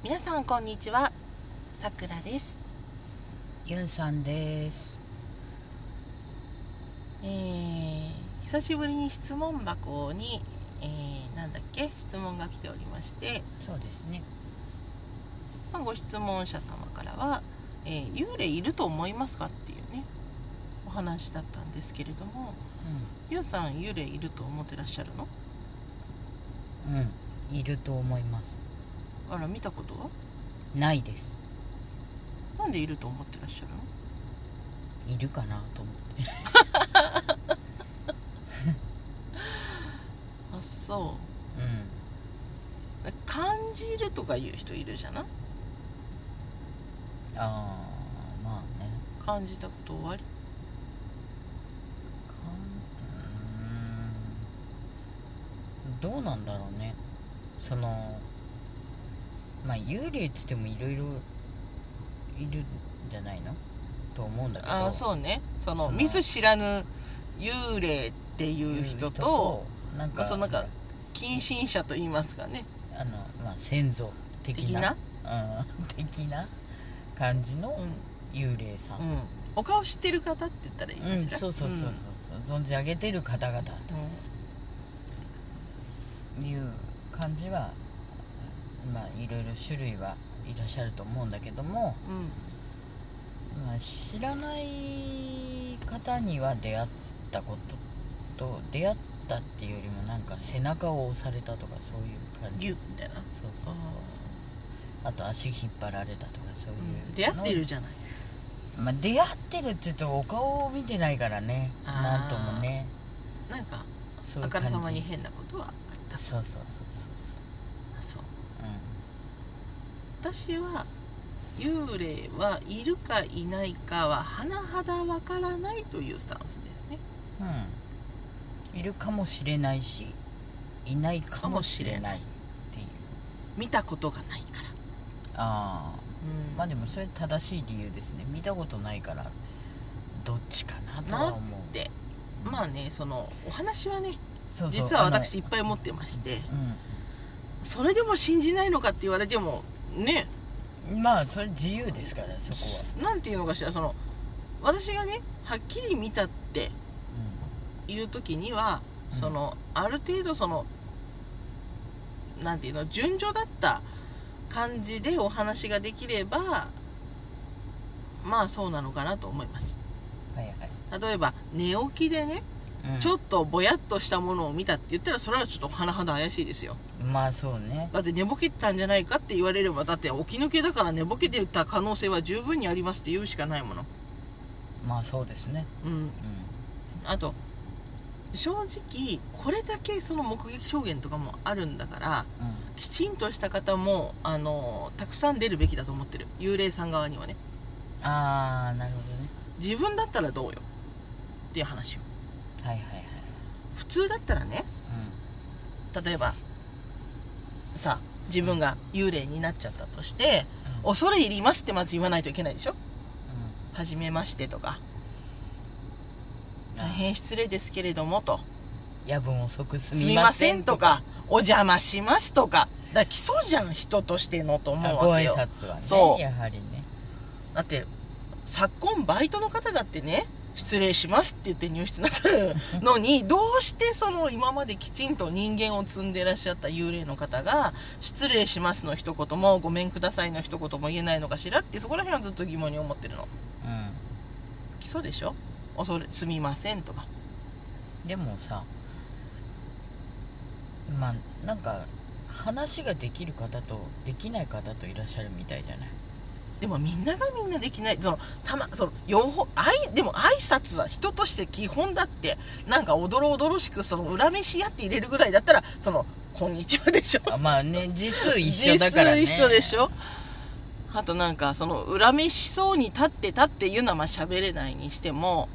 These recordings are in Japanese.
皆さんこんにちは、さくらです。 ゆんさんです。 久しぶりに質問箱に、質問が来ておりまして、 そうですね。 ご質問者様からは、幽霊いると思いますかっていうねお話だったんですけれども、ゆうさん幽霊いると思ってらっしゃるの？ いると思います。 あら、見たことは？ ないです。 なんでいると思ってらっしゃるの？ いるかなと思ってあ、そう。感じるとかいう人いるじゃない？ まあね。 感じたこと終わり？ どうなんだろうね。幽霊っつってもいろいろいるんじゃないのと思うんだけど。 そうね。見ず知らぬ幽霊っていう人と近親者と言いますかね、 先祖的な的な感じの幽霊さん、 お顔知ってる方って言ったらいいかしら。 そう、存じ上げてる方々という感じは、いろいろ種類はいらっしゃると思うんだけども、知らない方には出会ったことと、出会ったっていうよりも背中を押されたとか、そういう感じ。 ギュッみたいな。 そうあと足引っ張られたとか、そういう、 出会ってるじゃない。 出会ってるって言うとお顔を見てないからね、なんともね。 そういう感じ。あからさまに変なことはあった。 そう。 私は幽霊はいるかいないかは甚だわからないというスタンスですね。 いるかもしれないし、いないかもしれないっていう。 見たことがないから。 でもそれ正しい理由ですね。見たことないからどっちかなとは思う。お話はね、実は私いっぱい持ってまして、それでも信じないのかって言われてもね、 それ自由ですから、そこは。 なんていうのかしら、私がねはっきり見たっていう時には、ある程度なんていうの、順序だった感じでお話ができればそうなのかなと思います。例えば寝起きでね、ちょっとぼやっとしたものを見たって言ったら、それはちょっと甚だ怪しいですよ。 そうね。 だって寝ぼけてたんじゃないかって言われれば、だって起き抜けだから寝ぼけてた可能性は十分にありますって言うしかないもの。 そうですね。 あと正直これだけ目撃証言とかもあるんだから、きちんとした方もたくさん出るべきだと思ってる、幽霊さん側にはね。 なるほどね。 自分だったらどうよっていう話を。普通だったらね、例えば自分が幽霊になっちゃったとして、恐れ入りますってまず言わないといけないでしょ。はじめましてとか、大変失礼ですけれどもと、 夜分遅くすみませんとか、お邪魔しますとか、基礎じゃん、人としてのと思うわけよ。 ご挨拶はね、やはりね。 だって昨今バイトの方だってね、失礼しますって言って入室なさるのにどうして今まできちんと人間を積んでらっしゃった幽霊の方が、失礼しますの一言もごめんくださいの一言も言えないのかしらって、そこら辺はずっと疑問に思ってるの。基礎でしょ。すみませんとか。 でもさ、話ができる方とできない方といらっしゃるみたいじゃない。 でもみんながみんなできない。でも挨拶は人として基本だって。おどろおどろしく裏飯やって入れるぐらいだったら、こんにちはでしょ。 字数一緒だからね。 字数一緒でしょ。あと裏飯そうに立ってたっていうのは喋れないにしても、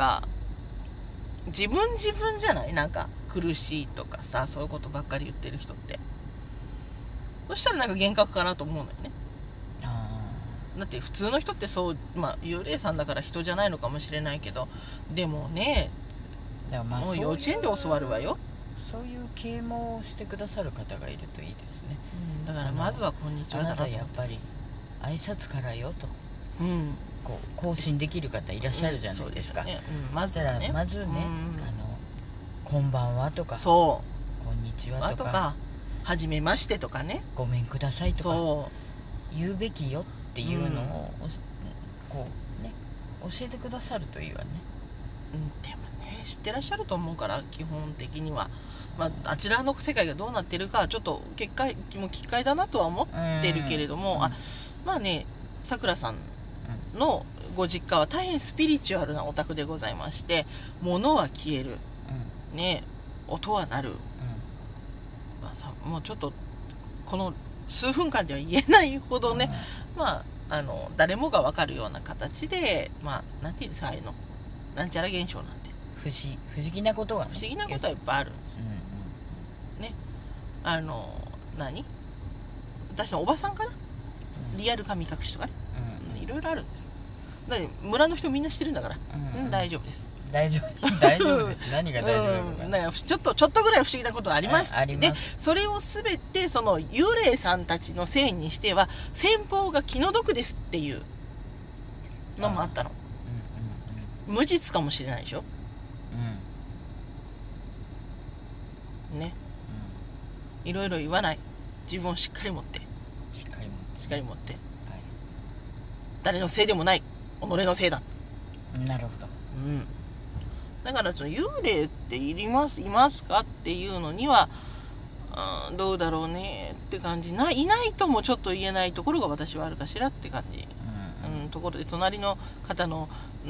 自分じゃない。苦しいとかさ、そういうことばっかり言ってる人って。そしたら幻覚かなと思うのよね。だって普通の人って幽霊さんだから人じゃないのかもしれないけど、でもね、もう幼稚園で教わるわよ。 そういう啓蒙をしてくださる方がいるといいですね。 だからまずはこんにちはあなたやっぱり挨拶からよと、こう更新できる方いらっしゃるじゃないですか。 まずはね、 こんばんはとか、 こんにちはとか、 はじめましてとかね、 ごめんくださいとか言うべきよっていうのを、こうね教えてくださるといいわね。 でもね、知ってらっしゃると思うから、基本的には、あちらの世界がどうなってるかちょっと奇怪だなとは思ってるけれども、まあね、さくらさんのご実家は大変スピリチュアルなお宅でございまして、物は消える、ね、音は鳴る、もうちょっとこの数分間では言えないほどね、誰もが分かるような形で、なんていうんですか、ああいうのなんちゃら現象なんて不思議なことが、ね、 不思議なことはいっぱいあるんです、ね。私のおばさんかな、リアル神隠しとかね、いろいろあるんです。だって村の人みんな知ってるんだから、大丈夫です。 大丈夫です何が大丈夫か、 ちょっとぐらい不思議なことはあります。でそれをすべてその幽霊さんたちのせいにしては先方が気の毒ですっていうのもあったの。無実かもしれないでしょ、ね、いろいろ言わない、自分をしっかり持って、誰のせいでもない、己のせいだ。 なるほど。 だからその幽霊っていますかっていうのには、どうだろうねって感じ、いないともちょっと言えないところが私はあるかしらって感じ、ところで、隣の方の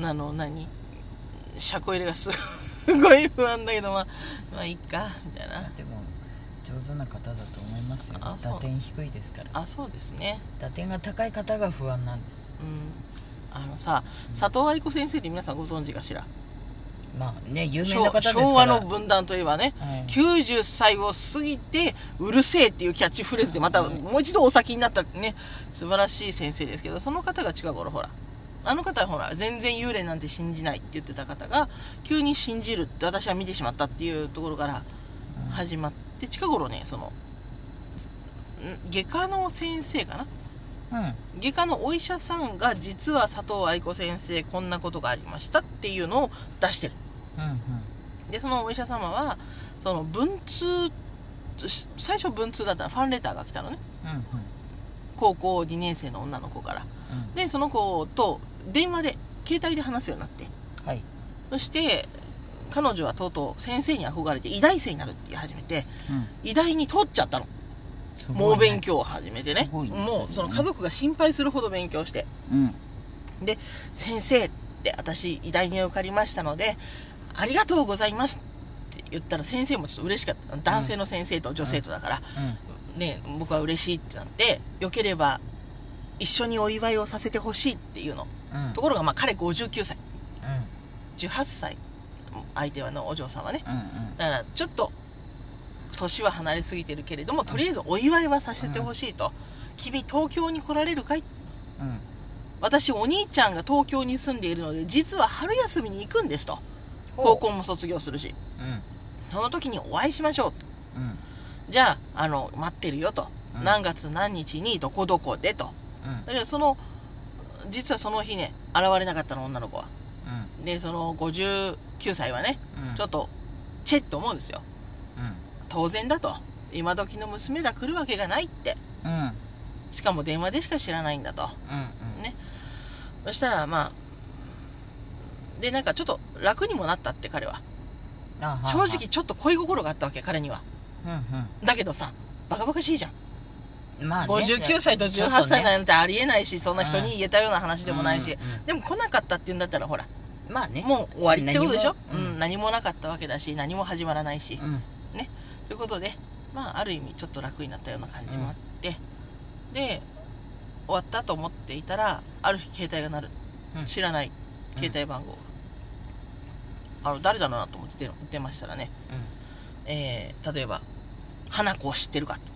車庫入れがすごい不安だけど、まあいいかみたいな。 でも上手な方だと思いますよ。打点低いですから。 そうですね。 打点が高い方が不安なんです。 佐藤愛子先生って皆さんご存知かしら。 有名な方ですから。 昭和の文壇といえばね、90歳を過ぎてうるせえっていうキャッチフレーズでまたもう一度お先になったね、素晴らしい先生ですけど、その方が近頃あの方は全然幽霊なんて信じないって言ってた方が急に信じるって私は見てしまったっていうところから始まって、近頃ね、その外科の先生かな、外科のお医者さんが実は佐藤愛子先生こんなことがありましたっていうのを出してる、でそのお医者様はその最初文通だったらファンレターが来たのね、高校2年生の女の子から、でその子と電話で携帯で話すようになって、そして彼女はとうとう先生に憧れて医大生になるって言い始めて、医大に通っちゃったの。猛勉強を始めてね、もうその家族が心配するほど勉強して、で先生って私医大に受かりましたのでありがとうございますって言ったら、先生もちょっと嬉しかった。男性の先生と女生徒だから、僕は嬉しいってなって、よければ一緒にお祝いをさせてほしいっていうの、ところが彼59歳、18歳相手のお嬢さんはね、だからちょっと年は離れすぎてるけれども、とりあえずお祝いはさせてほしいと、君東京に来られるかい、私お兄ちゃんが東京に住んでいるので実は春休みに行くんですと、高校も卒業するし、その時にお会いしましょう、じゃあ待ってるよと、何月何日にどこどこでと、だけど実はその日ね現れなかったの、女の子は、でその59歳はね、ちょっとチェッと思うんですよ、当然だと、今時の娘が来るわけがないって、しかも電話でしか知らないんだと、ね、そしたらでなんかちょっと楽にもなったって、彼は正直ちょっと恋心があったわけ、彼には、だけどさバカバカしいじゃん、59歳と18歳なんてありえないし、そんな人に言えたような話でもないし、でも来なかったって言うんだったらほら、もう終わりってことでしょ、何もなかったわけだし、何も始まらないし、ね、ということである意味ちょっと楽になったような感じもあって、で終わったと思っていたら、ある日携帯が鳴る、知らない携帯番号が、誰だろうなと思って出ましたらね、例えば花子を知ってるかと、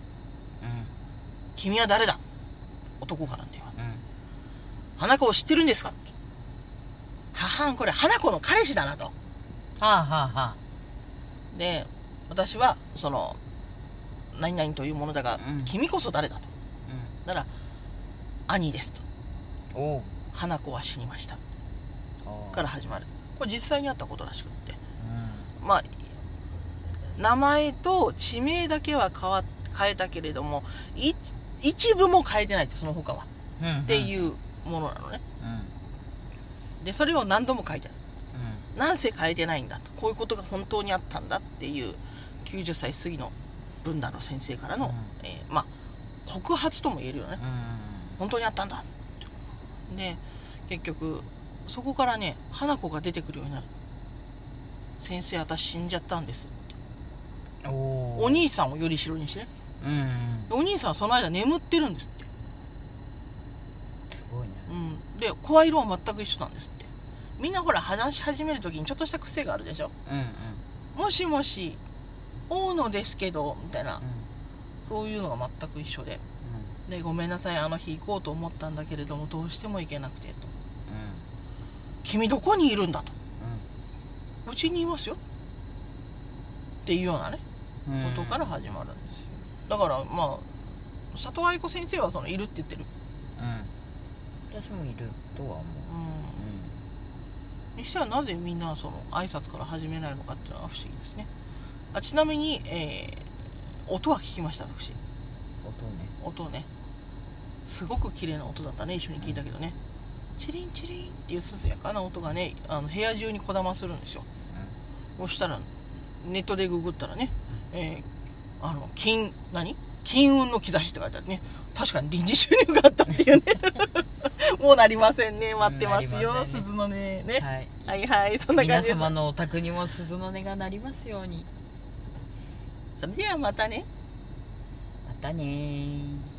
君は誰だ、男から電話、花子を知ってるんですか、これ花子の彼氏だなと、で私はその何々というものだが、君こそ誰だと。だから兄ですと。花子は死にましたから始まる。これ実際にあったことらしくって、まあ名前と地名だけは変えたけれども一部も変えてないって、その他は、っていうものなのね。でそれを何度も書いてある。なんせ変えてないんだと、こういうことが本当にあったんだっていう90歳過ぎの文壇の先生からの、まあ告発とも言えるよね。本当にあったんだ。で結局そこからね、花子が出てくるようになる。先生、私死んじゃったんですって。お兄さんをよりしろにしてね、お兄さんはその間眠ってるんですって。 すごいね。 で声色は全く一緒なんですって。みんなほら話し始める時にちょっとした癖があるでしょ。もしもし大野ですけどみたいな、そういうのが全く一緒で、でごめんなさい、あの日行こうと思ったんだけれどもどうしても行けなくてと、君どこにいるんだと、うちにいますよっていうようなね、ことから始まるんですよ。だからまあ佐藤愛子先生はそのいるって言ってる。 私もいるとは思う。 にしてはなぜみんなその挨拶から始めないのかっていうのは不思議ですね。ちなみに、音は聞きました私。音ね、すごく綺麗な音だったね。一緒に聞いたけどね、チリンチリンっていう涼やかな音がね、部屋中にこだまするんですよ。そしたらネットでググったらね、金運の兆しって書いてあるね。確かに臨時収入があったっていうねもうなりませんね。待ってますよ、鈴の音ね。はいはい、そんな感じです。 皆様のお宅にも鈴の音が鳴りますように。 それではまたね。 またね。